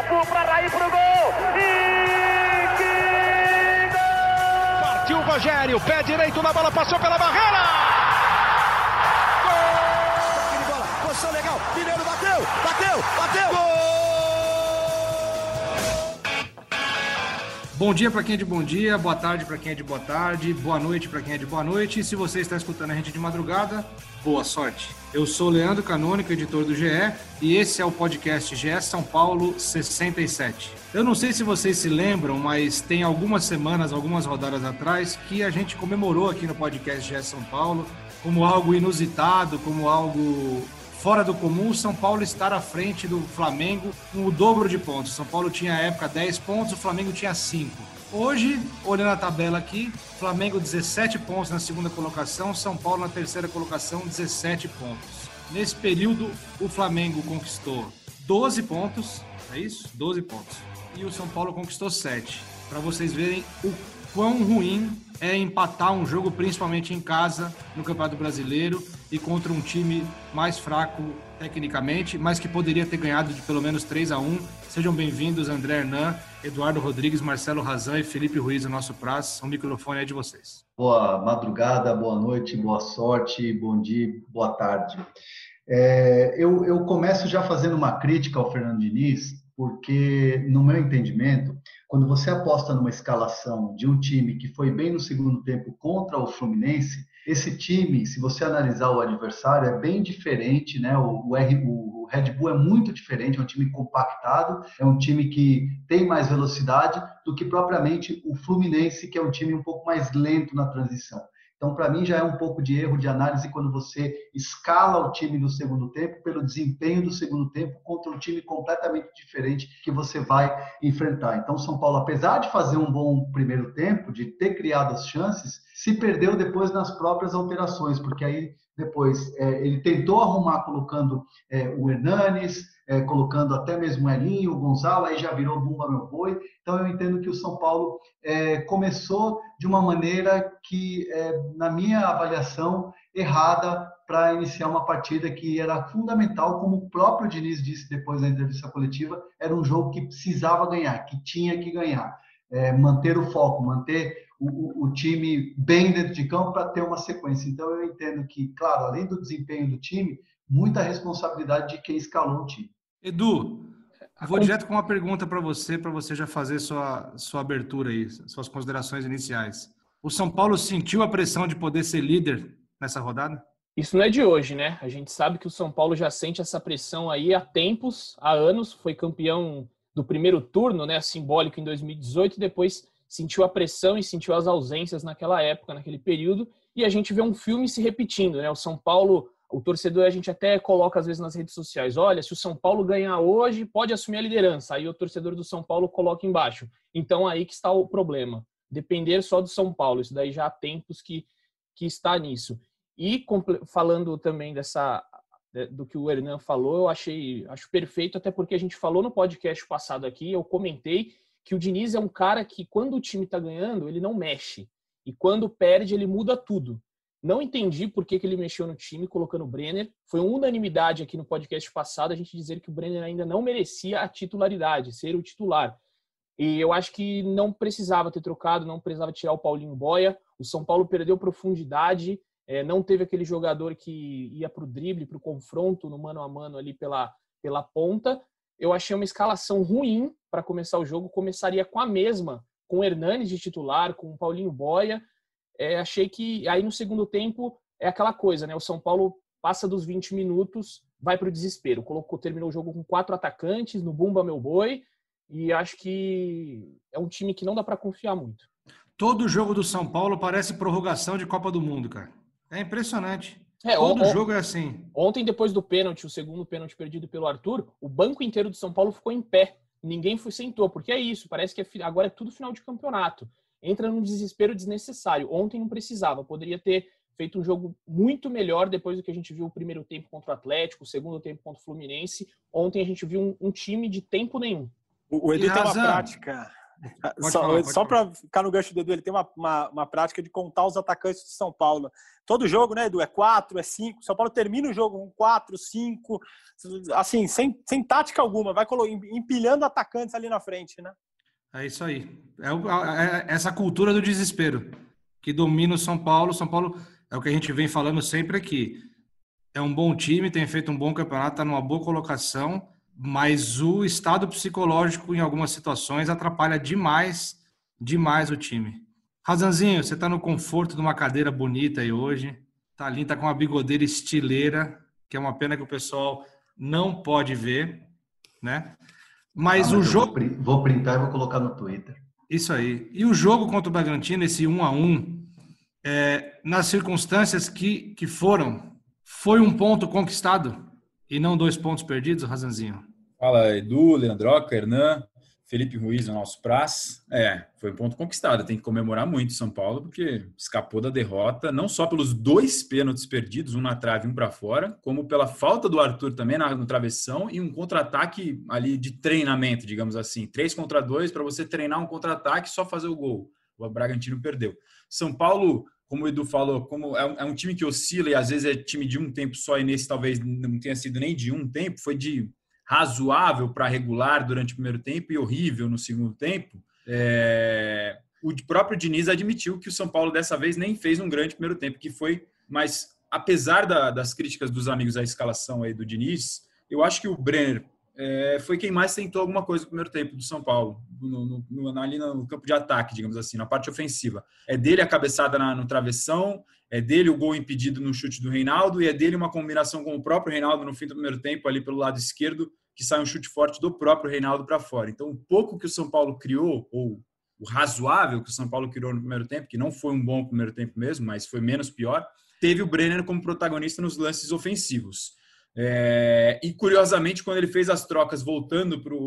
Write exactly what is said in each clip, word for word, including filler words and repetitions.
Cafu para Raí pro gol. E que gol! Partiu o Rogério, pé direito na bola, passou pela barreira. Gol! Bola, posição legal. Mineiro bateu, bateu, bateu. Gol! Bom dia para quem é de bom dia, boa tarde para quem é de boa tarde, boa noite para quem é de boa noite. E se você está escutando a gente de madrugada, boa sorte. Eu sou o Leandro Canônico, editor do G E, e esse é o podcast G E São Paulo sessenta e sete. Eu não sei se vocês se lembram, mas tem algumas semanas, algumas rodadas atrás, que a gente comemorou aqui no podcast G E São Paulo como algo inusitado, como algo fora do comum, São Paulo estar à frente do Flamengo com o dobro de pontos. São Paulo tinha, à época, dez pontos, o Flamengo tinha cinco. Hoje, olhando a tabela aqui, Flamengo dezessete pontos na segunda colocação, São Paulo na terceira colocação, dezessete pontos. Nesse período, o Flamengo conquistou doze pontos, é isso? doze pontos. E o São Paulo conquistou sete. Para vocês verem o quão ruim é empatar um jogo, principalmente em casa, no Campeonato Brasileiro, e contra um time mais fraco tecnicamente, mas que poderia ter ganhado de pelo menos três a um. Sejam bem-vindos, André Hernan, Eduardo Rodrigues, Marcelo Razan e Felipe Ruiz, o nosso prazo. O microfone é de vocês. Boa madrugada, boa noite, boa sorte, bom dia, boa tarde. É, eu, eu começo já fazendo uma crítica ao Fernando Diniz, porque, no meu entendimento, quando você aposta numa escalação de um time que foi bem no segundo tempo contra o Fluminense, esse time, se você analisar o adversário, é bem diferente, né? O, o, R, o Red Bull é muito diferente, é um time compactado, é um time que tem mais velocidade do que propriamente o Fluminense, que é um time um pouco mais lento na transição. Então, para mim, já é um pouco de erro de análise quando você escala o time do segundo tempo pelo desempenho do segundo tempo contra um time completamente diferente que você vai enfrentar. Então, São Paulo, apesar de fazer um bom primeiro tempo, de ter criado as chances, se perdeu depois nas próprias alterações, porque aí depois é, ele tentou arrumar colocando é, o Hernanes, é, colocando até mesmo o Elinho, o Gonzalo, aí já virou Bumba Meu Boi. Então eu entendo que o São Paulo é, começou de uma maneira que, é, na minha avaliação, errada para iniciar uma partida que era fundamental, como o próprio Diniz disse depois da entrevista coletiva, era um jogo que precisava ganhar, que tinha que ganhar. É, manter o foco, manter o, o, o time bem dentro de campo para ter uma sequência. Então eu entendo que, claro, além do desempenho do time, muita responsabilidade de quem escalou o time. Edu, vou direto com uma pergunta para você, para você já fazer sua, sua abertura aí, suas considerações iniciais. O São Paulo sentiu a pressão de poder ser líder nessa rodada? Isso não é de hoje, né? A gente sabe que o São Paulo já sente essa pressão aí há tempos, há anos, foi campeão do primeiro turno, né, simbólico em dois mil e dezoito, e depois sentiu a pressão e sentiu as ausências naquela época, naquele período, e a gente vê um filme se repetindo, né? O São Paulo, o torcedor, a gente até coloca às vezes nas redes sociais, olha, se o São Paulo ganhar hoje, pode assumir a liderança. Aí o torcedor do São Paulo coloca embaixo. Então aí que está o problema. Depender só do São Paulo. Isso daí já há tempos que, que está nisso. E falando também dessa, do que o Hernan falou, eu achei, acho perfeito, até porque a gente falou no podcast passado aqui, eu comentei que o Diniz é um cara que quando o time está ganhando, ele não mexe. E quando perde, ele muda tudo. Não entendi por que, que ele mexeu no time colocando o Brenner. Foi uma unanimidade aqui no podcast passado a gente dizer que o Brenner ainda não merecia a titularidade, ser o titular. E eu acho que não precisava ter trocado, não precisava tirar o Paulinho Boia. O São Paulo perdeu profundidade, é, não teve aquele jogador que ia para o drible, para o confronto no mano a mano ali pela, pela ponta. Eu achei uma escalação ruim para começar o jogo. Começaria com a mesma, com o Hernanes de titular, com o Paulinho Boia. É, achei que aí no segundo tempo é aquela coisa, né? O São Paulo passa dos vinte minutos, vai para o desespero. Colocou, terminou o jogo com quatro atacantes, no Bumba Meu Boi, e acho que é um time que não dá para confiar muito. Todo jogo do São Paulo parece prorrogação de Copa do Mundo, cara. É impressionante. É, Todo on, jogo é assim. Ontem, depois do pênalti, o segundo pênalti perdido pelo Arthur, o banco inteiro do São Paulo ficou em pé. Ninguém foi, sentou, porque é isso, parece que é, agora é tudo final de campeonato. Entra num desespero desnecessário. Ontem não precisava, poderia ter feito um jogo muito melhor depois do que a gente viu o primeiro tempo contra o Atlético, o segundo tempo contra o Fluminense. Ontem a gente viu um, um time de tempo nenhum. O, o Edu tem uma prática, Só, só para ficar no gancho do Edu, ele tem uma, uma, uma prática de contar os atacantes de São Paulo. Todo jogo, né, Edu? É quatro, é cinco. São Paulo termina o jogo com quatro, cinco, assim, sem, sem tática alguma. Vai empilhando atacantes ali na frente, né? É isso aí. É, o, é essa cultura do desespero que domina o São Paulo. São Paulo é o que a gente vem falando sempre aqui. É um bom time, tem feito um bom campeonato, está numa boa colocação, mas o estado psicológico em algumas situações atrapalha demais, demais o time. Razanzinho, você está no conforto de uma cadeira bonita aí hoje, tá ali, tá com uma bigodeira estileira, que é uma pena que o pessoal não pode ver, né? Mas, ah, mas o jogo... Vou printar e vou colocar no Twitter. Isso aí. E o jogo contra o Bragantino, esse um a um, é, nas circunstâncias que, que foram, foi um ponto conquistado e não dois pontos perdidos, Razanzinho? Fala, Edu, Leandroca, Hernan, Felipe Ruiz, o nosso Praz. É, foi um ponto conquistado. Tem que comemorar muito São Paulo, porque escapou da derrota, não só pelos dois pênaltis perdidos, um na trave e um para fora, como pela falta do Arthur também no travessão e um contra-ataque ali de treinamento, digamos assim. Três contra dois para você treinar um contra-ataque e só fazer o gol. O Bragantino perdeu. São Paulo, como o Edu falou, como é um, é um time que oscila e às vezes é time de um tempo só, e nesse talvez não tenha sido nem de um tempo, foi de razoável para regular durante o primeiro tempo e horrível no segundo tempo. É... O próprio Diniz admitiu que o São Paulo dessa vez nem fez um grande primeiro tempo, que foi, mas apesar da, das críticas dos amigos à escalação aí do Diniz, eu acho que o Brenner é, foi quem mais tentou alguma coisa no primeiro tempo do São Paulo, no, no, ali no campo de ataque, digamos assim, na parte ofensiva. É dele a cabeçada na, no travessão, é dele o gol impedido no chute do Reinaldo e é dele uma combinação com o próprio Reinaldo no fim do primeiro tempo, ali pelo lado esquerdo, que sai um chute forte do próprio Reinaldo para fora. Então, o pouco que o São Paulo criou, ou o razoável que o São Paulo criou no primeiro tempo, que não foi um bom primeiro tempo mesmo, mas foi menos pior, teve o Brenner como protagonista nos lances ofensivos. É, e, curiosamente, quando ele fez as trocas voltando para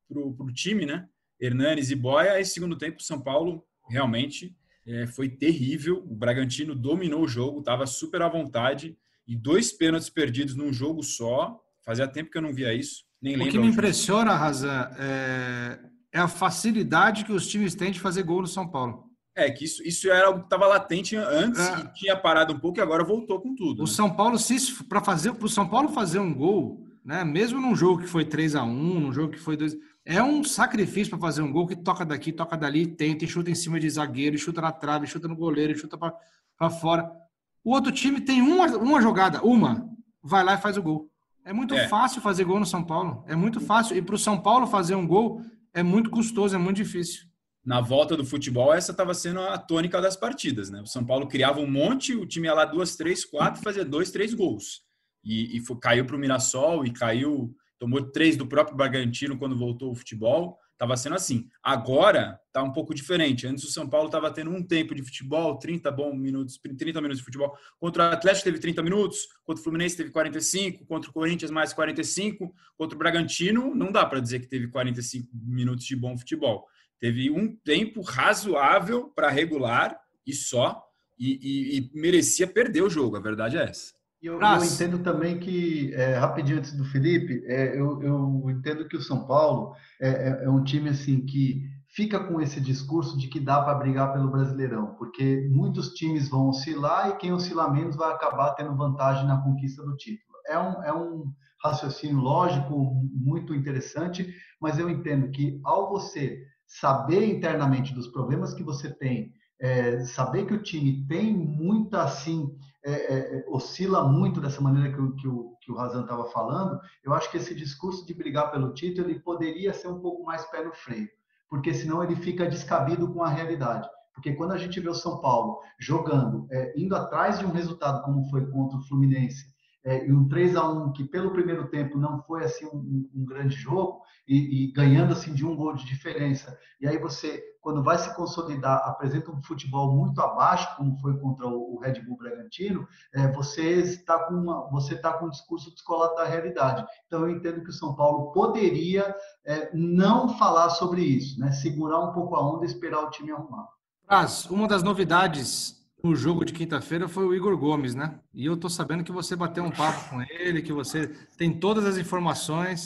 o time, né, Hernanes e Boia, esse segundo tempo o São Paulo realmente é, foi terrível. O Bragantino dominou o jogo, estava super à vontade, e dois pênaltis perdidos num jogo só. Fazia tempo que eu não via isso. Nem lembro. O que me impressiona, Razan, é, é a facilidade que os times têm de fazer gol no São Paulo. É, que isso, isso era algo que estava latente antes é. e tinha parado um pouco e agora voltou com tudo. O né? São Paulo, para fazer, o São Paulo fazer um gol, né, mesmo num jogo que foi três a um, num jogo que foi dois, é um sacrifício para fazer um gol que toca daqui, toca dali, tenta, e chuta em cima de zagueiro, chuta na trave, chuta no goleiro, chuta para fora. O outro time tem uma, uma jogada, uma, vai lá e faz o gol. É muito é. fácil fazer gol no São Paulo. É muito fácil. E para o São Paulo fazer um gol é muito custoso, é muito difícil. Na volta do futebol, essa estava sendo a tônica das partidas, né? O São Paulo criava um monte, o time ia lá duas, três, quatro, fazia dois, três gols. E, e foi, caiu para o Mirassol e caiu, tomou três do próprio Bragantino quando voltou o futebol. Estava sendo assim. Agora está um pouco diferente. Antes o São Paulo estava tendo um tempo de futebol, trinta bons minutos, trinta minutos de futebol. Contra o Atlético teve trinta minutos, contra o Fluminense teve quarenta e cinco, contra o Corinthians mais quarenta e cinco, contra o Bragantino não dá para dizer que teve quarenta e cinco minutos de bom futebol. Teve um tempo razoável para regular e só, e, e, e merecia perder o jogo, a verdade é essa. E eu, eu entendo também que, é, rapidinho antes do Felipe, é, eu, eu entendo que o São Paulo é, é um time assim, que fica com esse discurso de que dá para brigar pelo Brasileirão, porque muitos times vão oscilar e quem oscilar menos vai acabar tendo vantagem na conquista do título. É um, é um raciocínio lógico muito interessante, mas eu entendo que ao você saber internamente dos problemas que você tem, é, saber que o time tem muita, assim, é, é, oscila muito dessa maneira que o, que o, que o Razan estava falando, eu acho que esse discurso de brigar pelo título ele poderia ser um pouco mais pé no freio, porque senão ele fica descabido com a realidade. Porque quando a gente vê o São Paulo jogando, é, indo atrás de um resultado como foi contra o Fluminense, É, e um três a um que pelo primeiro tempo não foi assim um, um grande jogo e, e ganhando assim de um gol de diferença, e aí você, quando vai se consolidar, apresenta um futebol muito abaixo, como foi contra o, o Red Bull Bragantino, é, você está com uma, você está com um discurso descolado da realidade. Então eu entendo que o São Paulo poderia é, não falar sobre isso, né? Segurar um pouco a onda e esperar o time arrumar. Mas uma das novidades no jogo de quinta-feira foi o Igor Gomes, né? E eu tô sabendo que você bateu um papo com ele, que você tem todas as informações.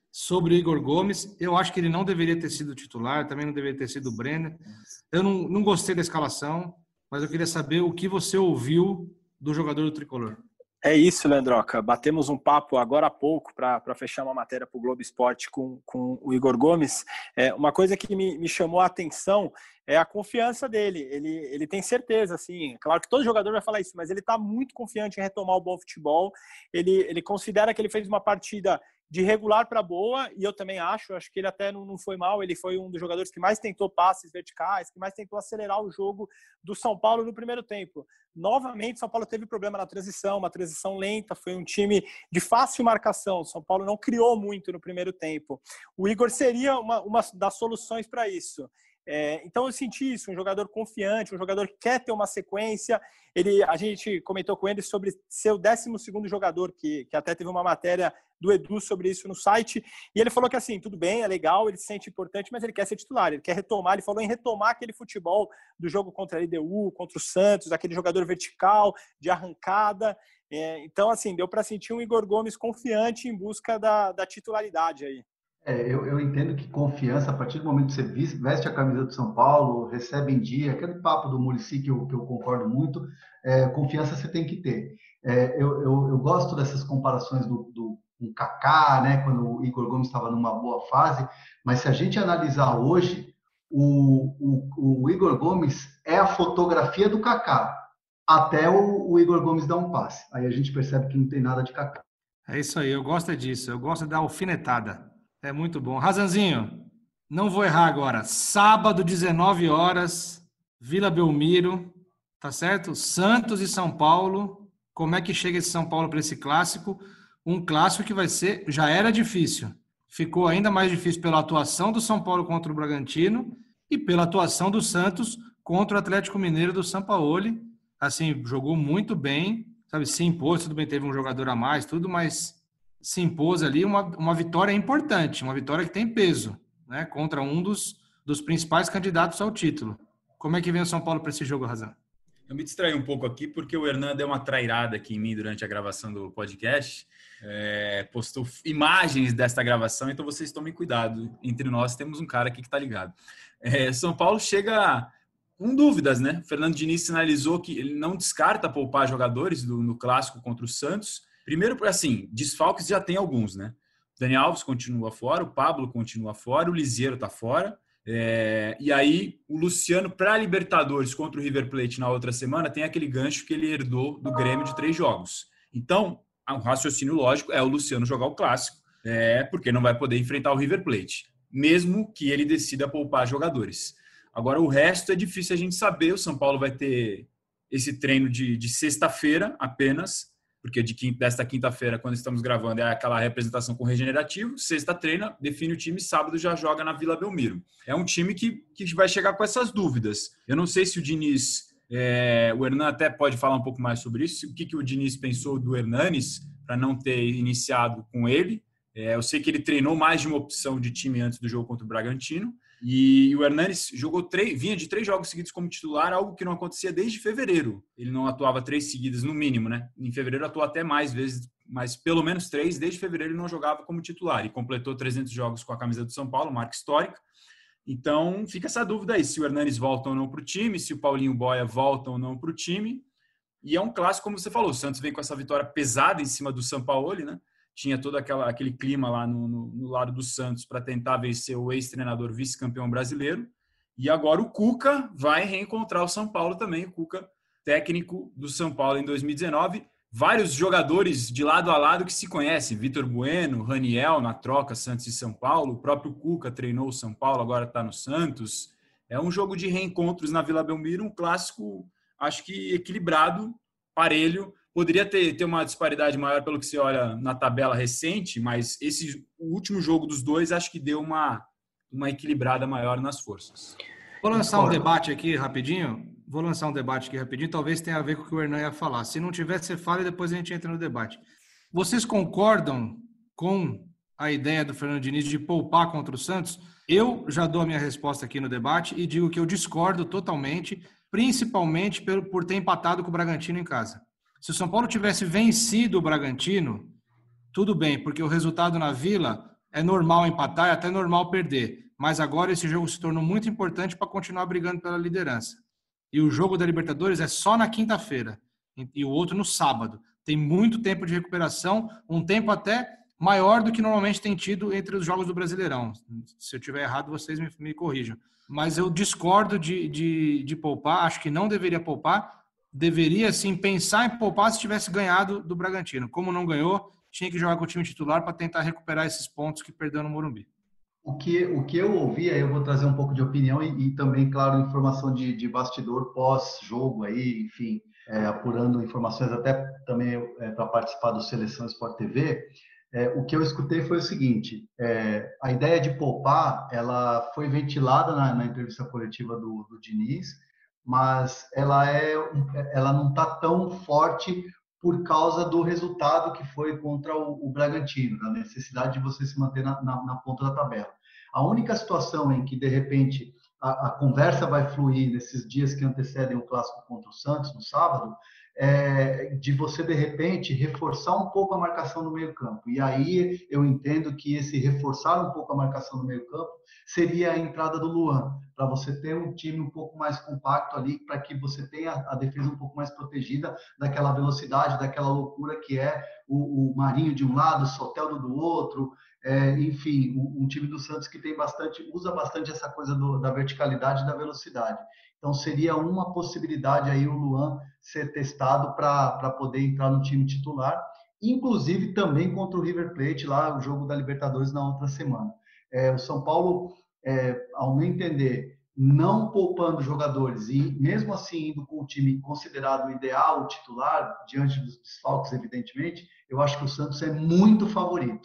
sobre o Igor Gomes. Eu acho que ele não deveria ter sido titular, também não deveria ter sido o Brenner. Eu não, não gostei da escalação, mas eu queria saber o que você ouviu do jogador do Tricolor. É isso, Leandroca. Batemos um papo agora há pouco para fechar uma matéria para o Globo Esporte com, com o Igor Gomes. É, uma coisa que me, me chamou a atenção é a confiança dele. Ele, ele tem certeza, assim, claro que todo jogador vai falar isso, mas ele está muito confiante em retomar o bom futebol. Ele, ele considera que ele fez uma partida de regular para boa, e eu também acho, acho que ele até não, não foi mal, ele foi um dos jogadores que mais tentou passes verticais, que mais tentou acelerar o jogo do São Paulo no primeiro tempo. Novamente, São Paulo teve problema na transição, uma transição lenta, foi um time de fácil marcação, São Paulo não criou muito no primeiro tempo. O Igor seria uma, uma das soluções para isso. É, então eu senti isso, um jogador confiante, um jogador que quer ter uma sequência. Ele, a gente comentou com ele sobre ser o décimo segundo jogador, que, que até teve uma matéria do Edu sobre isso no site, e ele falou que assim, tudo bem, é legal, ele se sente importante, mas ele quer ser titular, ele quer retomar, ele falou em retomar aquele futebol do jogo contra a L D U, contra o Santos, aquele jogador vertical, de arrancada. É, então assim, deu para sentir um Igor Gomes confiante em busca da, da titularidade aí. É, eu, eu entendo que confiança, a partir do momento que você veste a camisa do São Paulo, recebe em dia, aquele papo do Muricy que eu, que eu concordo muito, é, confiança você tem que ter. É, eu, eu, eu gosto dessas comparações do, do um Kaká, né, quando o Igor Gomes estava numa boa fase, mas se a gente analisar hoje, o, o, o Igor Gomes é a fotografia do Kaká, até o, o Igor Gomes dar um passe. Aí a gente percebe que não tem nada de Kaká. É isso aí, eu gosto disso, eu gosto da alfinetada. É muito bom. Razanzinho, não vou errar agora. Sábado, dezenove horas, Vila Belmiro, tá certo? Santos e São Paulo. Como é que chega esse São Paulo para esse clássico? Um clássico que vai ser, já era difícil. Ficou ainda mais difícil pela atuação do São Paulo contra o Bragantino e pela atuação do Santos contra o Atlético Mineiro do Sampaoli. Assim, jogou muito bem, sabe? Se impôs, tudo bem, teve um jogador a mais, tudo, mas se impôs ali uma, uma vitória importante, uma vitória que tem peso, né? Contra um dos, dos principais candidatos ao título. Como é que vem o São Paulo para esse jogo, Razan? Eu me distraí um pouco aqui porque o Hernan deu uma trairada aqui em mim durante a gravação do podcast. É, postou imagens desta gravação, então vocês tomem cuidado. Entre nós temos um cara aqui que está ligado. É, São Paulo chega com dúvidas, né? O Fernando Diniz sinalizou que ele não descarta poupar jogadores do, no clássico contra o Santos. Primeiro, assim, desfalques já tem alguns, né? Daniel Alves continua fora, o Pablo continua fora, o Liseiro está fora. É, e aí, o Luciano, para a Libertadores contra o River Plate na outra semana, tem aquele gancho que ele herdou do Grêmio de três jogos. Então, o raciocínio lógico é o Luciano jogar o clássico, é, porque não vai poder enfrentar o River Plate, mesmo que ele decida poupar jogadores. Agora, o resto é difícil a gente saber. O São Paulo vai ter esse treino de, de sexta-feira apenas, porque de quinta, desta quinta-feira, quando estamos gravando, é aquela representação com regenerativo. Sexta treina, define o time, sábado já joga na Vila Belmiro. É um time que, que vai chegar com essas dúvidas. Eu não sei se o Diniz, é, o Hernan até pode falar um pouco mais sobre isso, o que, que o Diniz pensou do Hernanes para não ter iniciado com ele. É, eu sei que ele treinou mais de uma opção de time antes do jogo contra o Bragantino. E o Hernanes jogou três, vinha de três jogos seguidos como titular, algo que não acontecia desde fevereiro. Ele não atuava três seguidas no mínimo, né? Em fevereiro atuou até mais vezes, mas pelo menos três. Desde fevereiro ele não jogava como titular e completou trezentos jogos com a camisa do São Paulo, marca histórica. Então fica essa dúvida aí, se o Hernanes volta ou não para o time, se o Paulinho Boia volta ou não para o time. E é um clássico, como você falou, o Santos vem com essa vitória pesada em cima do Sampaoli, né? Tinha todo aquela, aquele clima lá no, no, no lado do Santos para tentar vencer o ex-treinador vice-campeão brasileiro. E agora o Cuca vai reencontrar o São Paulo também, o Cuca, técnico do São Paulo em dois mil e dezenove. Vários jogadores de lado a lado que se conhecem, Vitor Bueno, Raniel na troca Santos e São Paulo, o próprio Cuca treinou o São Paulo, agora está no Santos. É um jogo de reencontros na Vila Belmiro, um clássico, acho que equilibrado, parelho. Poderia ter, ter uma disparidade maior pelo que você olha na tabela recente, mas esse o último jogo dos dois acho que deu uma, uma equilibrada maior nas forças. Vou lançar um debate aqui rapidinho. Vou lançar um debate aqui rapidinho. Talvez tenha a ver com o que o Hernan ia falar. Se não tiver, você fala e depois a gente entra no debate. Vocês concordam com a ideia do Fernando Diniz de poupar contra o Santos? Eu já dou a minha resposta aqui no debate e digo que eu discordo totalmente, principalmente por, por ter empatado com o Bragantino em casa. Se o São Paulo tivesse vencido o Bragantino, tudo bem, porque o resultado na Vila é normal empatar, é até normal perder. Mas agora esse jogo se tornou muito importante para continuar brigando pela liderança. E o jogo da Libertadores é só na quinta-feira e o outro no sábado. Tem muito tempo de recuperação, um tempo até maior do que normalmente tem tido entre os jogos do Brasileirão. Se eu estiver errado, vocês me, me corrijam. Mas eu discordo de, de, de poupar, acho que não deveria poupar. Deveria, sim, pensar em poupar se tivesse ganhado do Bragantino. Como não ganhou, tinha que jogar com o time titular para tentar recuperar esses pontos que perdeu no Morumbi. O que, o que eu ouvi, aí eu vou trazer um pouco de opinião e, e também, claro, informação de, de bastidor pós-jogo aí, enfim, é, apurando informações até também é, para participar do Seleção Sport T V. É, o que eu escutei foi o seguinte, é, a ideia de poupar, ela foi ventilada na, na entrevista coletiva do, do Diniz, mas ela, é, ela não está tão forte por causa do resultado que foi contra o, o Bragantino, da necessidade de você se manter na, na, na ponta da tabela. A única situação em que, de repente, a, a conversa vai fluir nesses dias que antecedem o clássico contra o Santos, no sábado, é de você, de repente, reforçar um pouco a marcação no meio-campo. E aí eu entendo que esse reforçar um pouco a marcação no meio-campo seria a entrada do Luan, para você ter um time um pouco mais compacto ali, para que você tenha a defesa um pouco mais protegida daquela velocidade, daquela loucura que é o, o Marinho de um lado, o Soteldo do outro, é, enfim, um, um time do Santos que tem bastante, usa bastante essa coisa do, da verticalidade e da velocidade. Então, seria uma possibilidade aí o Luan ser testado para poder entrar no time titular, inclusive também contra o River Plate, lá o jogo da Libertadores na outra semana. É, o São Paulo, é, ao meu entender, não poupando jogadores e mesmo assim indo com o time considerado ideal, o titular, diante dos desfalques, evidentemente, eu acho que o Santos é muito favorito.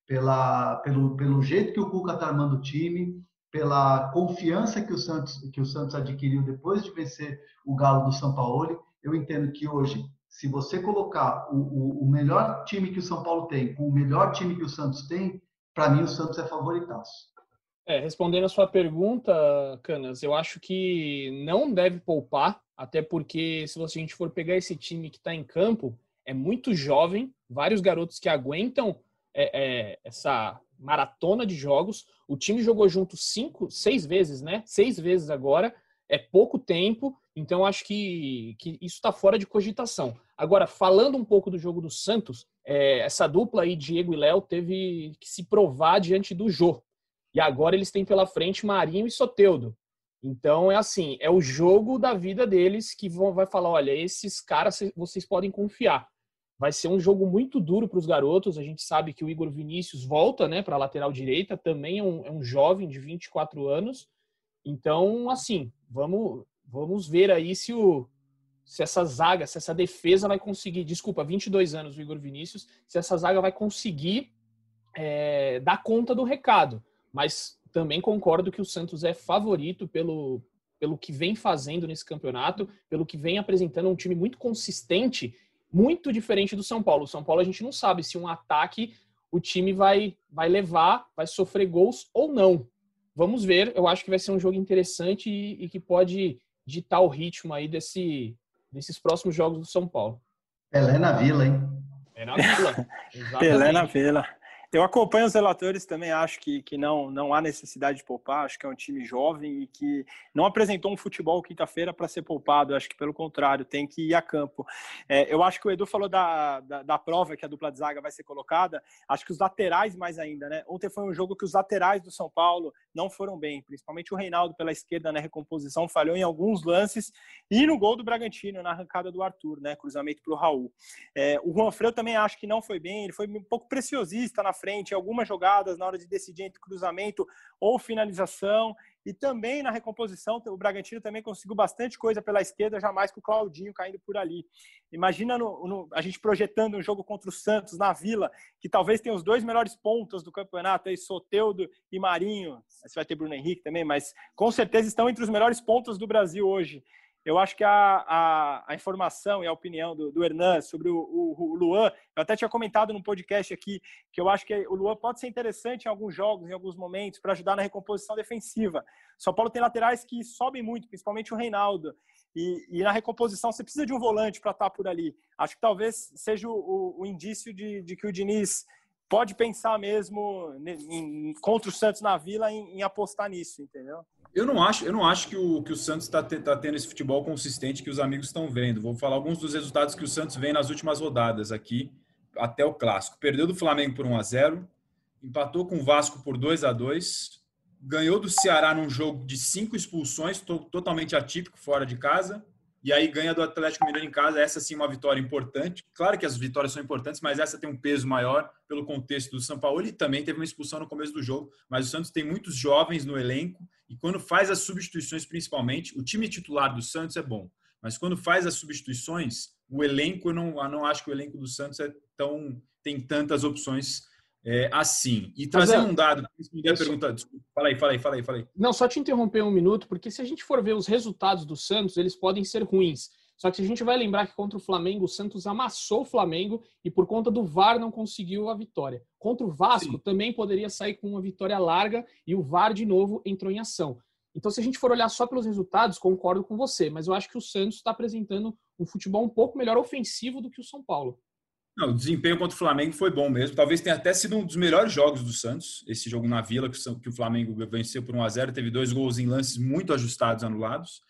Pela, pelo, pelo jeito que o Cuca está armando o time, pela confiança que o Santos, que o Santos adquiriu depois de vencer o Galo do Sampaoli, eu entendo que hoje, se você colocar o, o, o melhor time que o São Paulo tem com o melhor time que o Santos tem, para mim o Santos é favoritaço. É, respondendo a sua pergunta, Canas, eu acho que não deve poupar, até porque se a gente for pegar esse time que está em campo, é muito jovem, vários garotos que aguentam é, é, essa maratona de jogos. O time jogou junto cinco, seis vezes, né? Seis vezes agora, é pouco tempo, então acho que, que isso está fora de cogitação. Agora, falando um pouco do jogo do Santos, é, essa dupla aí, Diego e Léo, teve que se provar diante do Jô. E agora eles têm pela frente Marinho e Soteldo. Então é assim, é o jogo da vida deles que vão, vai falar, olha, esses caras vocês podem confiar. Vai ser um jogo muito duro para os garotos. A gente sabe que o Igor Vinícius volta, né, para a lateral direita, também é um, é um jovem de vinte e quatro anos. Então, assim, vamos, vamos ver aí se, o, se essa zaga, se essa defesa vai conseguir, desculpa, vinte e dois anos o Igor Vinícius, se essa zaga vai conseguir é, dar conta do recado. Mas também concordo que o Santos é favorito pelo, pelo que vem fazendo nesse campeonato, pelo que vem apresentando um time muito consistente, muito diferente do São Paulo. O São Paulo a gente não sabe se um ataque o time vai, vai levar, vai sofrer gols ou não. Vamos ver, eu acho que vai ser um jogo interessante e, e que pode ditar o ritmo aí desse, desses próximos jogos do São Paulo. Pelé na Vila, hein? É na Vila. Pelé na Vila. Eu acompanho os relatores também, acho que, que não, não há necessidade de poupar, acho que é um time jovem e que não apresentou um futebol quinta-feira para ser poupado, acho que pelo contrário, tem que ir a campo. É, eu acho que o Edu falou da, da, da prova que a dupla de zaga vai ser colocada, acho que os laterais mais ainda, né? Ontem foi um jogo que os laterais do São Paulo não foram bem, principalmente o Reinaldo pela esquerda na recomposição, falhou em alguns lances e no gol do Bragantino, na arrancada do Arthur, né? Cruzamento para o Raul. É, o Juan Freire também acho que não foi bem, ele foi um pouco preciosista na frente, algumas jogadas na hora de decidir entre cruzamento ou finalização, e também na recomposição o Bragantino também conseguiu bastante coisa pela esquerda, jamais com o Claudinho caindo por ali. Imagina no, no, a gente projetando um jogo contra o Santos na Vila, que talvez tenha os dois melhores pontos do campeonato, aí Soteldo e Marinho, você vai ter Bruno Henrique também, mas com certeza estão entre os melhores pontos do Brasil hoje. Eu acho que a, a, a informação e a opinião do, do Hernan sobre o, o, o Luan, eu até tinha comentado num podcast aqui, que eu acho que o Luan pode ser interessante em alguns jogos, em alguns momentos, para ajudar na recomposição defensiva. São Paulo tem laterais que sobem muito, principalmente o Reinaldo, e, e na recomposição você precisa de um volante para estar por ali. Acho que talvez seja o, o, o indício de, de que o Diniz pode pensar mesmo em, contra o Santos na Vila em, em apostar nisso, entendeu? Eu não acho, eu não acho que o, que o Santos está tá tendo esse futebol consistente que os amigos estão vendo. Vou falar alguns dos resultados que o Santos vem nas últimas rodadas aqui, até o Clássico. Perdeu do Flamengo por um a zero, empatou com o Vasco por dois a dois, ganhou do Ceará num jogo de cinco expulsões, to, totalmente atípico, fora de casa, e aí ganha do Atlético Mineiro em casa. Essa sim uma vitória importante. Claro que as vitórias são importantes, mas essa tem um peso maior pelo contexto do São Paulo, e também teve uma expulsão no começo do jogo. Mas o Santos tem muitos jovens no elenco, e quando faz as substituições, principalmente, o time titular do Santos é bom, mas quando faz as substituições, o elenco, eu não, eu não acho que o elenco do Santos é tão, tem tantas opções é, assim. E trazendo um dado, me deu a pergunta, desculpa, fala aí, fala aí, fala aí, fala aí. Não, só te interromper um minuto, porque se a gente for ver os resultados do Santos, eles podem ser ruins. Só que a gente vai lembrar que contra o Flamengo, o Santos amassou o Flamengo e por conta do V A R não conseguiu a vitória. Contra o Vasco, sim, também poderia sair com uma vitória larga e o V A R de novo entrou em ação. Então, se a gente for olhar só pelos resultados, concordo com você, mas eu acho que o Santos está apresentando um futebol um pouco melhor ofensivo do que o São Paulo. Não, o desempenho contra o Flamengo foi bom mesmo. Talvez tenha até sido um dos melhores jogos do Santos, esse jogo na Vila, que o Flamengo venceu por um a zero, teve dois gols em lances muito ajustados, anulados.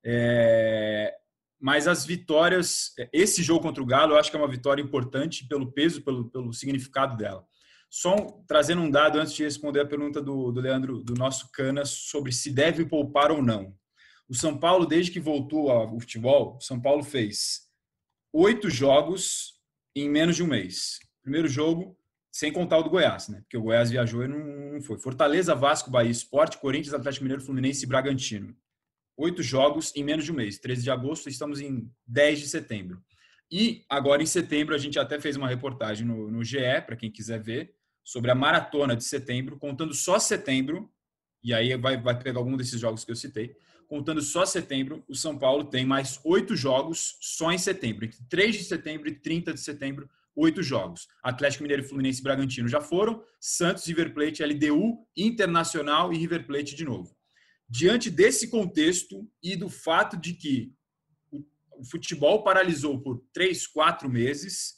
É... Mas as vitórias, esse jogo contra o Galo, eu acho que é uma vitória importante pelo peso, pelo, pelo significado dela. Só um, trazendo um dado antes de responder a pergunta do, do Leandro, do nosso Canas, sobre se deve poupar ou não. O São Paulo, desde que voltou ao futebol, o São Paulo fez oito jogos em menos de um mês. Primeiro jogo, sem contar o do Goiás, né? Porque o Goiás viajou e não, não foi. Fortaleza, Vasco, Bahia, Sport, Corinthians, Atlético Mineiro, Fluminense e Bragantino. Oito jogos em menos de um mês. treze de agosto, estamos em dez de setembro. E agora, em setembro, a gente até fez uma reportagem no, no G E, para quem quiser ver, sobre a maratona de setembro, contando só setembro, e aí vai, vai pegar algum desses jogos que eu citei, contando só setembro, o São Paulo tem mais oito jogos só em setembro. Entre três de setembro e trinta de setembro, oito jogos. Atlético Mineiro, Fluminense e Bragantino já foram, Santos, River Plate, L D U, Internacional e River Plate de novo. Diante desse contexto e do fato de que o futebol paralisou por três, quatro meses,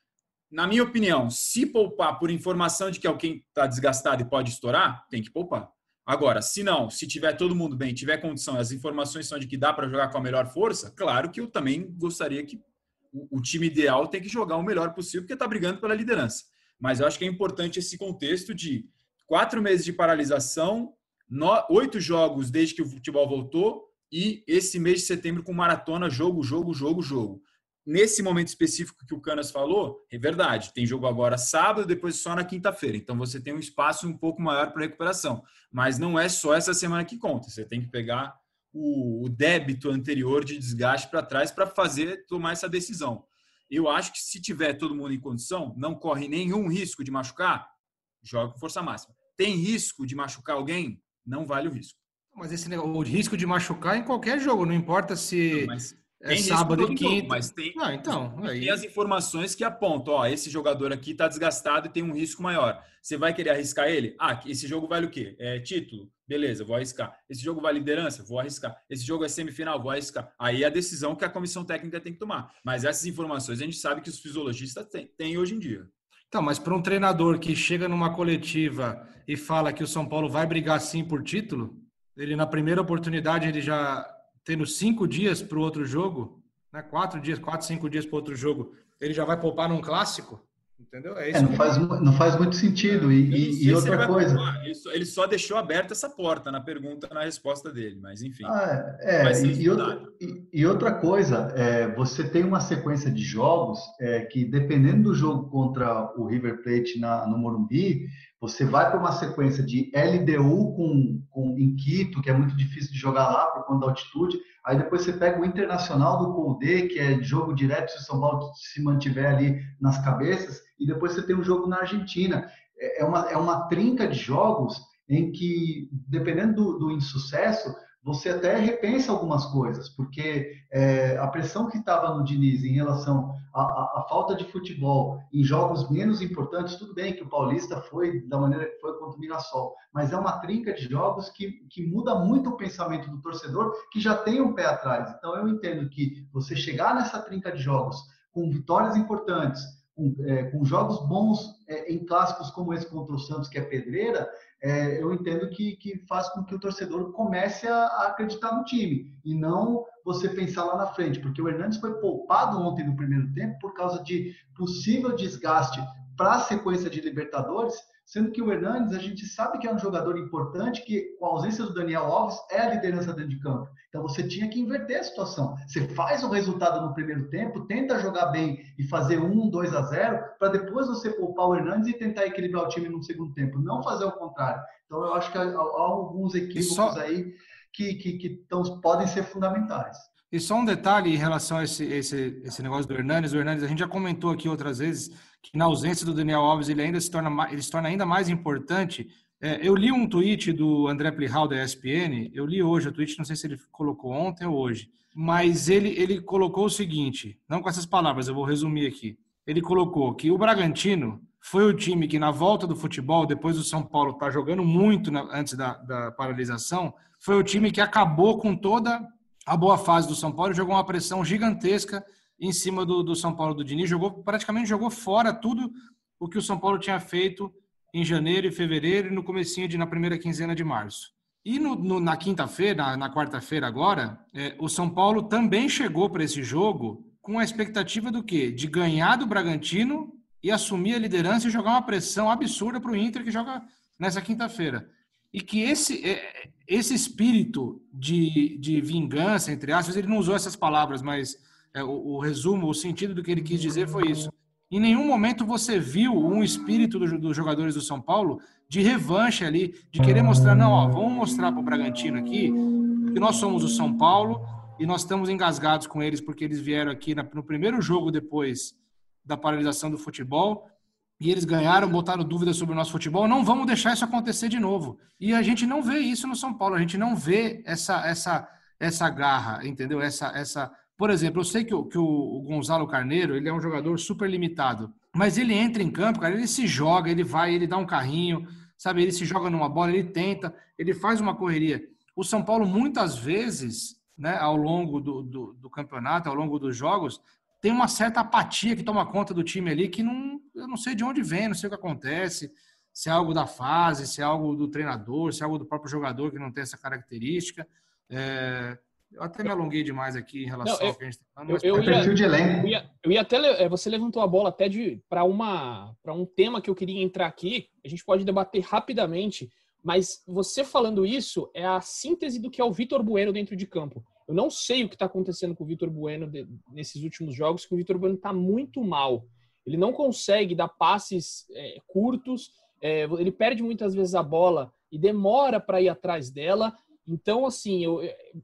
na minha opinião, se poupar por informação de que alguém está desgastado e pode estourar, tem que poupar. Agora, se não, se tiver todo mundo bem, tiver condição, as informações são de que dá para jogar com a melhor força, claro que eu também gostaria que o, o time ideal tem que jogar o melhor possível, porque está brigando pela liderança. Mas eu acho que é importante esse contexto de quatro meses de paralisação, no, oito jogos desde que o futebol voltou e esse mês de setembro com maratona, jogo, jogo, jogo, jogo. Nesse momento específico que o Canas falou, é verdade, tem jogo agora sábado, depois só na quinta-feira. Então você tem um espaço um pouco maior para recuperação. Mas não é só essa semana que conta. Você tem que pegar o, o débito anterior de desgaste para trás para fazer, tomar essa decisão. Eu acho que se tiver todo mundo em condição, não corre nenhum risco de machucar, joga com força máxima. Tem risco de machucar alguém? Não vale o risco. Mas esse negócio, o risco de machucar em qualquer jogo, não importa se não, mas é tem sábado e quinta. Jogo, mas tem, não, então, tem aí... as informações que apontam, ó, esse jogador aqui está desgastado e tem um risco maior. Você vai querer arriscar ele? Ah, esse jogo vale o quê? É título? Beleza, vou arriscar. Esse jogo vale liderança? Vou arriscar. Esse jogo é semifinal? Vou arriscar. Aí é a decisão que a comissão técnica tem que tomar. Mas essas informações a gente sabe que os fisiologistas têm, têm hoje em dia. Então, mas para um treinador que chega numa coletiva e fala que o São Paulo vai brigar sim por título, ele na primeira oportunidade, ele já tendo cinco dias para o outro jogo, né, quatro dias, quatro, cinco dias para o outro jogo, ele já vai poupar num clássico? Entendeu? É isso é, não, que... faz, não faz muito sentido. E, e, e outra coisa... Ele só, ele só deixou aberta essa porta na pergunta, na resposta dele, mas enfim. Ah, é, e, e, outra, e, e outra coisa, é, você tem uma sequência de jogos é, que, dependendo do jogo contra o River Plate na, no Morumbi, você vai para uma sequência de L D U com, com em Quito, que é muito difícil de jogar lá por conta da altitude. Aí depois você pega o Internacional do Colde, que é jogo direto se o São Paulo se mantiver ali nas cabeças. E depois você tem um jogo na Argentina. É uma, é uma trinca de jogos em que, dependendo do, do insucesso, você até repensa algumas coisas, porque é, a pressão que estava no Diniz em relação à, à, à falta de futebol em jogos menos importantes, tudo bem que o Paulista foi da maneira que foi contra o Mirassol, mas é uma trinca de jogos que, que muda muito o pensamento do torcedor, que já tem um pé atrás. Então eu entendo que você chegar nessa trinca de jogos com vitórias importantes, com, é, com jogos bons é, em clássicos como esse contra o Santos, que é pedreira, é, eu entendo que, que faz com que o torcedor comece a, a acreditar no time e não você pensar lá na frente, porque o Hernanes foi poupado ontem no primeiro tempo por causa de possível desgaste para a sequência de Libertadores, sendo que o Hernanes, a gente sabe que é um jogador importante, que com a ausência do Daniel Alves é a liderança dentro de campo. Então você tinha que inverter a situação. Você faz o resultado no primeiro tempo, tenta jogar bem e fazer um, dois a zero, para depois você poupar o Hernanes e tentar equilibrar o time no segundo tempo, não fazer o contrário. Então eu acho que há, há alguns equívocos só... aí que, que, que tão, podem ser fundamentais. E só um detalhe em relação a esse, esse, esse negócio do Hernanes. O Hernanes, a gente já comentou aqui outras vezes que na ausência do Daniel Alves ele ainda se torna, ele se torna ainda mais importante. É, eu li um tweet do André Plihal da E S P N, eu li hoje o tweet, não sei se ele colocou ontem ou hoje, mas ele, ele colocou o seguinte, não com essas palavras, eu vou resumir aqui. Ele colocou que o Bragantino foi o time que na volta do futebol, depois do São Paulo estar tá jogando muito na, antes da, da paralisação, foi o time que acabou com toda a boa fase do São Paulo, jogou uma pressão gigantesca em cima do, do São Paulo do Diniz, jogou, praticamente jogou fora tudo o que o São Paulo tinha feito em janeiro e fevereiro e no comecinho de, na primeira quinzena de março. E no, no, na quinta-feira, na, na quarta-feira agora, é, o São Paulo também chegou para esse jogo com a expectativa do quê? De ganhar do Bragantino e assumir a liderança e jogar uma pressão absurda para o Inter que joga nessa quinta-feira. E que esse, esse espírito de, de vingança, entre aspas, ele não usou essas palavras, mas é, o, o resumo, o sentido do que ele quis dizer foi isso. Em nenhum momento você viu um espírito do, dos jogadores do São Paulo de revanche ali, de querer mostrar, não, ó, vamos mostrar para o Bragantino aqui que nós somos o São Paulo e nós estamos engasgados com eles porque eles vieram aqui na, no primeiro jogo depois da paralisação do futebol e eles ganharam, botaram dúvidas sobre o nosso futebol, não vamos deixar isso acontecer de novo. E a gente não vê isso no São Paulo, a gente não vê essa, essa, essa garra, entendeu? Essa, essa... Por exemplo, eu sei que, o, que o Gonzalo Carneiro, ele é um jogador super limitado, mas ele entra em campo, cara, ele se joga, ele vai, ele dá um carrinho, sabe? Ele se joga numa bola, ele tenta, ele faz uma correria. O São Paulo, muitas vezes, né, ao longo do, do, do campeonato, ao longo dos jogos, tem uma certa apatia que toma conta do time ali, que não, eu não sei de onde vem, não sei o que acontece, se é algo da fase, se é algo do treinador, se é algo do próprio jogador que não tem essa característica. É, eu até me alonguei demais aqui em relação não, eu, ao que a gente está falando. Mas eu, eu, é perfil ia, de elenco. Eu ia, eu ia até, você levantou a bola até para um tema que eu queria entrar aqui, a gente pode debater rapidamente, mas você falando isso é a síntese do que é o Vitor Bueno dentro de campo. Eu não sei o que está acontecendo com o Vitor Bueno de, nesses últimos jogos, que o Vitor Bueno está muito mal. Ele não consegue dar passes é, curtos, é, ele perde muitas vezes a bola e demora para ir atrás dela. Então, assim, eu,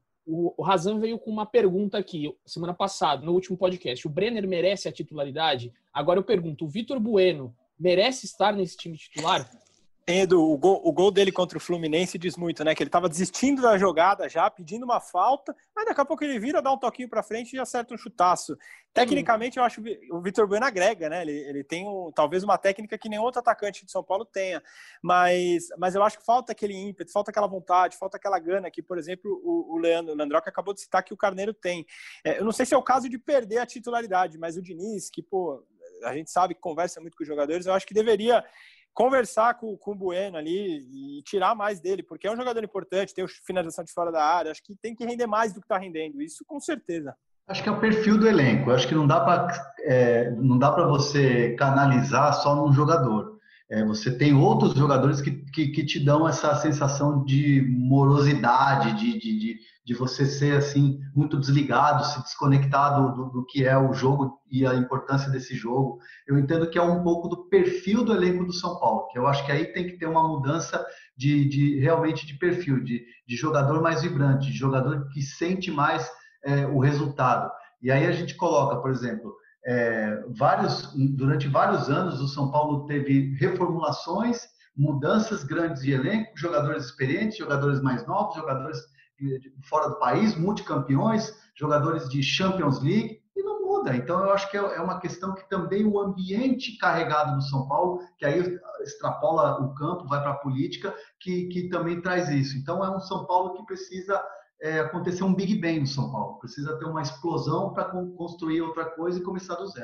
o, o Razan veio com uma pergunta aqui, semana passada, no último podcast. O Brenner merece a titularidade? Agora eu pergunto, o Vitor Bueno merece estar nesse time titular? Edu, o gol, o gol dele contra o Fluminense diz muito, né? Que ele estava desistindo da jogada já, pedindo uma falta, mas daqui a pouco ele vira, dá um toquinho para frente e acerta um chutaço. Tecnicamente, eu acho que o Vitor Bueno agrega, né? Ele, ele tem um, talvez uma técnica que nenhum outro atacante de São Paulo tenha, mas, mas eu acho que falta aquele ímpeto, falta aquela vontade, falta aquela gana que, por exemplo, o, o Leandro o Landroca acabou de citar que o Carneiro tem. É, eu não sei se é o caso de perder a titularidade, mas o Diniz, que, pô, a gente sabe que conversa muito com os jogadores, eu acho que deveria conversar com, com o Bueno ali e tirar mais dele, porque é um jogador importante, tem finalização de fora da área, acho que tem que render mais do que está rendendo, isso com certeza. Acho que é o perfil do elenco, acho que não dá para é, não dá para você canalizar só num jogador. É, você tem outros jogadores que, que, que te dão essa sensação de morosidade, de, de, de, de você ser assim muito desligado, se desconectar do, do, do que é o jogo e a importância desse jogo. Eu entendo que é um pouco do perfil do elenco do São Paulo, que eu acho que aí tem que ter uma mudança de, de realmente de perfil, de, de jogador mais vibrante, de jogador que sente mais é, o resultado. E aí a gente coloca, por exemplo, É, vários, durante vários anos o São Paulo teve reformulações, mudanças grandes de elenco, jogadores experientes, jogadores mais novos, jogadores fora do país, multicampeões, jogadores de Champions League, e não muda. Então eu acho que é uma questão que também o ambiente carregado do São Paulo, que aí extrapola o campo, vai para a política, que, que também traz isso. Então é um São Paulo que precisa É, acontecer um Big Bang no São Paulo. Precisa ter uma explosão para construir outra coisa e começar do zero.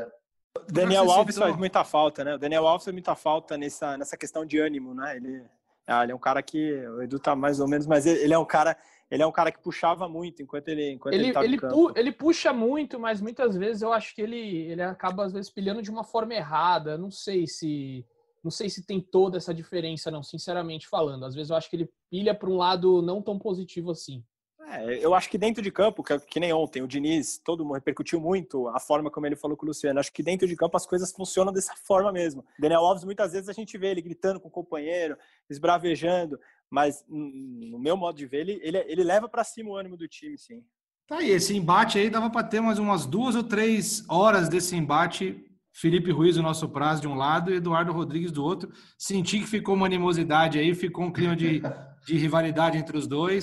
O Daniel Alves faz muita falta, né? O Daniel Alves faz muita falta nessa, nessa questão de ânimo, né? Ele, ah, ele é um cara que... O Edu tá mais ou menos, mas ele, ele é um cara... Ele é um cara que puxava muito enquanto ele enquanto ele, ele tá no ele, campo. pu, ele puxa muito, mas muitas vezes eu acho que ele, ele acaba às vezes pilhando de uma forma errada. Não sei se não sei se tem toda essa diferença, não, sinceramente falando. Às vezes eu acho que ele pilha para um lado não tão positivo assim. É, eu acho que dentro de campo, que, que nem ontem, o Diniz, todo mundo repercutiu muito a forma como ele falou com o Luciano. Acho que dentro de campo as coisas funcionam dessa forma mesmo. Daniel Alves, muitas vezes a gente vê ele gritando com o companheiro, esbravejando, mas no meu modo de ver, ele, ele, ele leva para cima o ânimo do time, sim. Tá aí, esse embate aí dava para ter mais umas duas ou três horas desse embate. Felipe Ruiz, o nosso prazo, de um lado, e Eduardo Rodrigues do outro. Senti que ficou uma animosidade aí, ficou um clima de, de rivalidade entre os dois.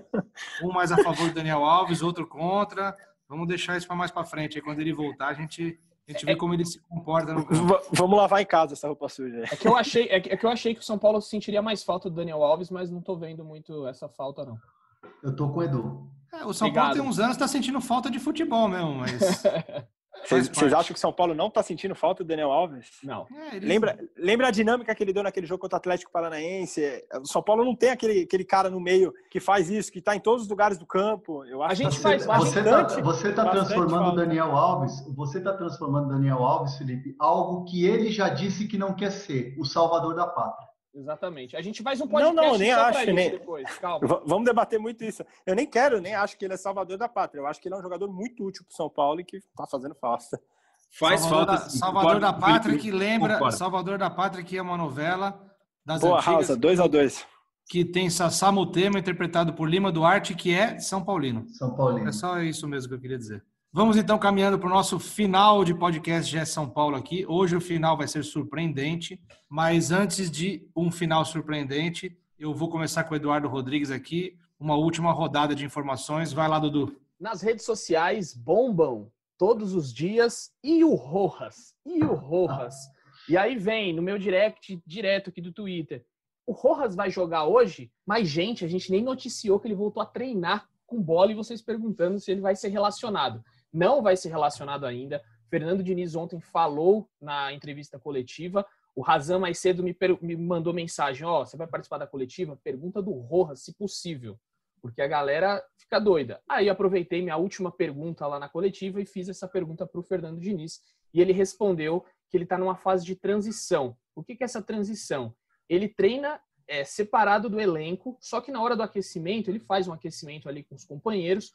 Um mais a favor do Daniel Alves, outro contra. Vamos deixar isso para mais para frente. Aí quando ele voltar, a gente, a gente vê como ele se comporta no campo. Vamos lavar em casa essa roupa suja. É que eu achei, é que, é que eu achei que o São Paulo sentiria mais falta do Daniel Alves, mas não tô vendo muito essa falta, não. Eu tô com o Edu. É, o São Obrigado. Paulo tem uns anos está sentindo falta de futebol mesmo, mas... Vocês, vocês acham que o São Paulo não está sentindo falta do Daniel Alves? Não. É, ele... lembra, lembra a dinâmica que ele deu naquele jogo contra o Atlético Paranaense? O São Paulo não tem aquele, aquele cara no meio que faz isso, que está em todos os lugares do campo. Eu acho a gente que faz você está você tá transformando o Daniel Alves, você está transformando o Daniel Alves, Felipe, algo que ele já disse que não quer ser, o salvador da pátria. Exatamente. A gente faz um podcast não, não, nem só acho, pra nem... isso depois. Calma. V- vamos debater muito isso. Eu nem quero, nem acho que ele é salvador da pátria. Eu acho que ele é um jogador muito útil para o São Paulo e que está fazendo falta. Faz Salvador falta. Da, Salvador da Pátria, que lembra. Concordo. Salvador da Pátria, que é uma novela das Boa, antigas. Boa, dois a dois. Que tem Sassá Mutema, interpretado por Lima Duarte, que é São Paulino. São Paulino. É só isso mesmo que eu queria dizer. Vamos então caminhando para o nosso final de podcast G E São Paulo aqui. Hoje o final vai ser surpreendente, mas antes de um final surpreendente, eu vou começar com o Eduardo Rodrigues aqui. Uma última rodada de informações. Vai lá, Dudu. Nas redes sociais bombam todos os dias, e o Rojas? E o Rojas? E aí vem no meu direct, direto aqui do Twitter, o Rojas vai jogar hoje? Mas, gente, a gente nem noticiou que ele voltou a treinar com bola e vocês perguntando se ele vai ser relacionado. Não vai ser relacionado ainda. Fernando Diniz ontem falou na entrevista coletiva. O Razan mais cedo me, per- me mandou mensagem, ó, oh, você vai participar da coletiva? Pergunta do Rojas, se possível. Porque a galera fica doida. Aí aproveitei minha última pergunta lá na coletiva e fiz essa pergunta para o Fernando Diniz. E ele respondeu que ele está numa fase de transição. O que, que é essa transição? Ele treina é, separado do elenco, só que na hora do aquecimento, ele faz um aquecimento ali com os companheiros.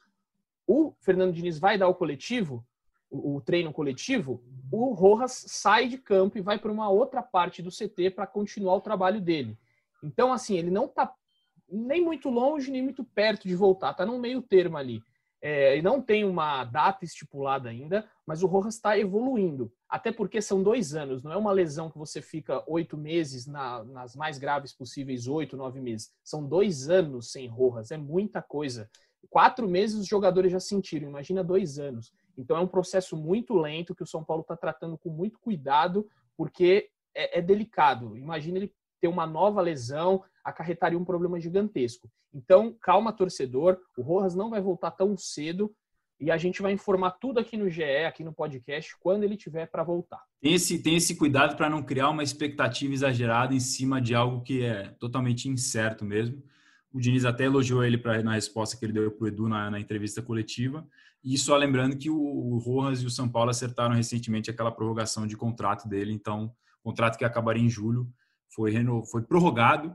O Fernando Diniz vai dar o coletivo, o, o treino coletivo, o Rojas sai de campo e vai para uma outra parte do C T para continuar o trabalho dele. Então, assim, ele não está nem muito longe, nem muito perto de voltar. Está num meio termo ali. É, e não tem uma data estipulada ainda, mas o Rojas está evoluindo. Até porque são dois anos. Não é uma lesão que você fica oito meses, na, nas mais graves possíveis, oito, nove meses. São dois anos sem Rojas. É muita coisa. Quatro meses os jogadores já sentiram. Imagina dois anos. Então é um processo muito lento que o São Paulo está tratando com muito cuidado, porque é, é delicado. Imagina ele ter uma nova lesão, acarretaria um problema gigantesco. Então, calma, torcedor, o Rojas não vai voltar tão cedo e a gente vai informar tudo aqui no G E, aqui no podcast, quando ele tiver para voltar. Tem esse, tem esse cuidado para não criar uma expectativa exagerada em cima de algo que é totalmente incerto mesmo. O Diniz até elogiou ele pra, na resposta que ele deu para o Edu na, na entrevista coletiva. E só lembrando que o, o Rojas e o São Paulo acertaram recentemente aquela prorrogação de contrato dele. Então, contrato que acabaria em julho foi, reno, foi prorrogado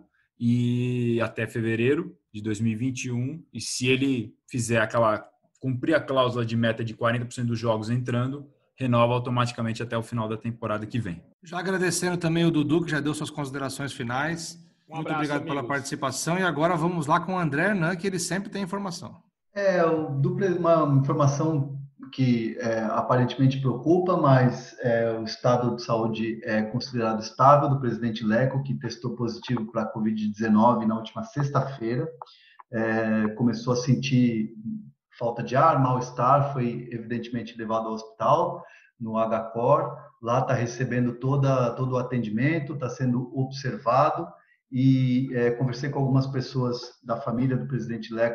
e até fevereiro de dois mil e vinte e um. E se ele fizer aquela cumprir a cláusula de meta de quarenta por cento dos jogos entrando, renova automaticamente até o final da temporada que vem. Já agradecendo também o Dudu, que já deu suas considerações finais. Um Muito abraço, obrigado amigos. Pela participação. E agora vamos lá com o André Hernan, que ele sempre tem informação. É, uma informação que é, aparentemente preocupa, mas é, o estado de saúde é considerado estável do presidente Leco, que testou positivo para a covid dezenove na última sexta-feira. É, começou a sentir falta de ar, mal-estar, foi evidentemente levado ao hospital, no H C O R. Lá está recebendo toda, todo o atendimento, está sendo observado. E é, conversei com algumas pessoas da família do presidente Leco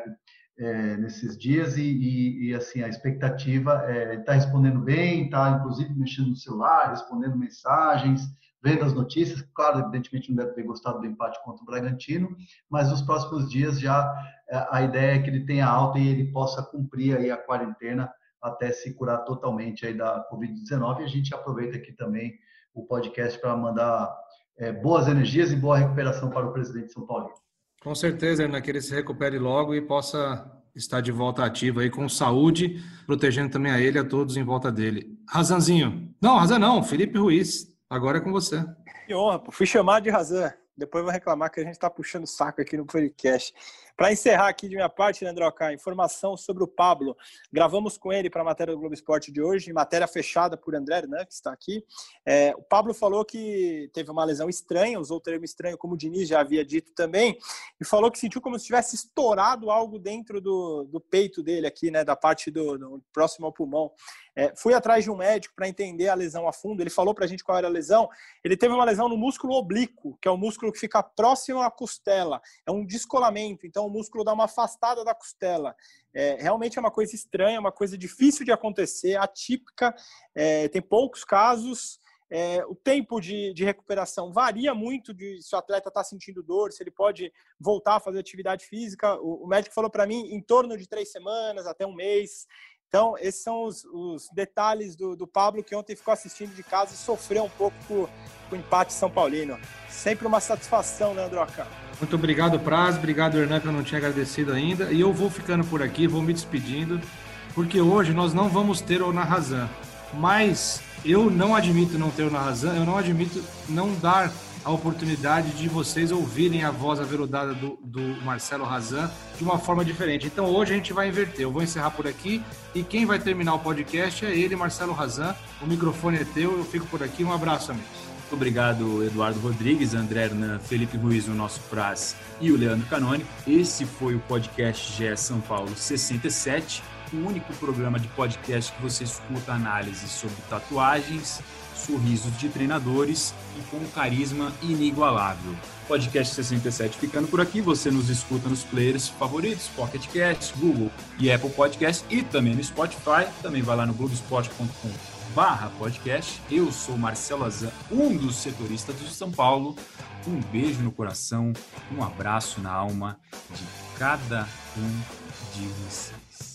é, nesses dias e, e, e, assim, a expectativa é está respondendo bem, está inclusive mexendo no celular, respondendo mensagens, vendo as notícias. Claro, evidentemente não deve ter gostado do empate contra o Bragantino, mas nos próximos dias já a ideia é que ele tenha alta e ele possa cumprir aí a quarentena até se curar totalmente aí da covid dezenove. E a gente aproveita aqui também o podcast para mandar é, boas energias e boa recuperação para o presidente de São Paulo. Com certeza, Hernan, que ele se recupere logo e possa estar de volta ativa aí com saúde, protegendo também a ele e a todos em volta dele. Razanzinho. Não, Razan não, Felipe Ruiz. Agora é com você. Que honra, pô. Fui chamado de Razan. Depois vou reclamar que a gente está puxando o saco aqui no podcast. Para encerrar aqui de minha parte, Leandroca, informação sobre o Pablo. Gravamos com ele para a matéria do Globo Esporte de hoje, matéria fechada por André Hernan, que está aqui. É, o Pablo falou que teve uma lesão estranha, usou o termo estranho, como o Diniz já havia dito também, e falou que sentiu como se tivesse estourado algo dentro do, do peito dele aqui, né, da parte do, do próximo ao pulmão. É, fui atrás de um médico para entender a lesão a fundo. Ele falou para a gente qual era a lesão. Ele teve uma lesão no músculo oblíquo, que é o músculo que fica próximo à costela. É um descolamento, então o músculo dá uma afastada da costela. É, realmente é uma coisa estranha, uma coisa difícil de acontecer, atípica, é, tem poucos casos. É, o tempo de, de recuperação varia muito de se o atleta está sentindo dor, se ele pode voltar a fazer atividade física. O, o médico falou para mim em torno de três semanas até um mês. Então, esses são os, os detalhes do, do Pablo, que ontem ficou assistindo de casa e sofreu um pouco com, com o empate São Paulino. Sempre uma satisfação, Leandroca. Muito obrigado, Praz. Obrigado, Hernan, que eu não tinha agradecido ainda. E eu vou ficando por aqui, vou me despedindo, porque hoje nós não vamos ter o Narrazan. Mas eu não admito não ter o Narrazan, eu não admito não dar a oportunidade de vocês ouvirem a voz aveludada do, do Marcelo Razan de uma forma diferente. Então hoje a gente vai inverter. Eu vou encerrar por aqui e quem vai terminar o podcast é ele, Marcelo Razan. O microfone é teu, eu fico por aqui. Um abraço, amigos. Muito obrigado, Eduardo Rodrigues, André Hernan, Felipe Ruiz, o nosso Praz e o Leandro Canônico. Esse foi o podcast G E São Paulo sessenta e sete, o único programa de podcast que você escuta análises sobre tatuagens, sorrisos de treinadores e com um carisma inigualável. Podcast sessenta e sete ficando por aqui. Você nos escuta nos players favoritos, Pocket Cast, Google e Apple Podcast e também no Spotify. Também vai lá no globesport ponto com barra podcast. Eu sou Marcelo Razan, um dos setoristas do São Paulo. Um beijo no coração, um abraço na alma de cada um de vocês.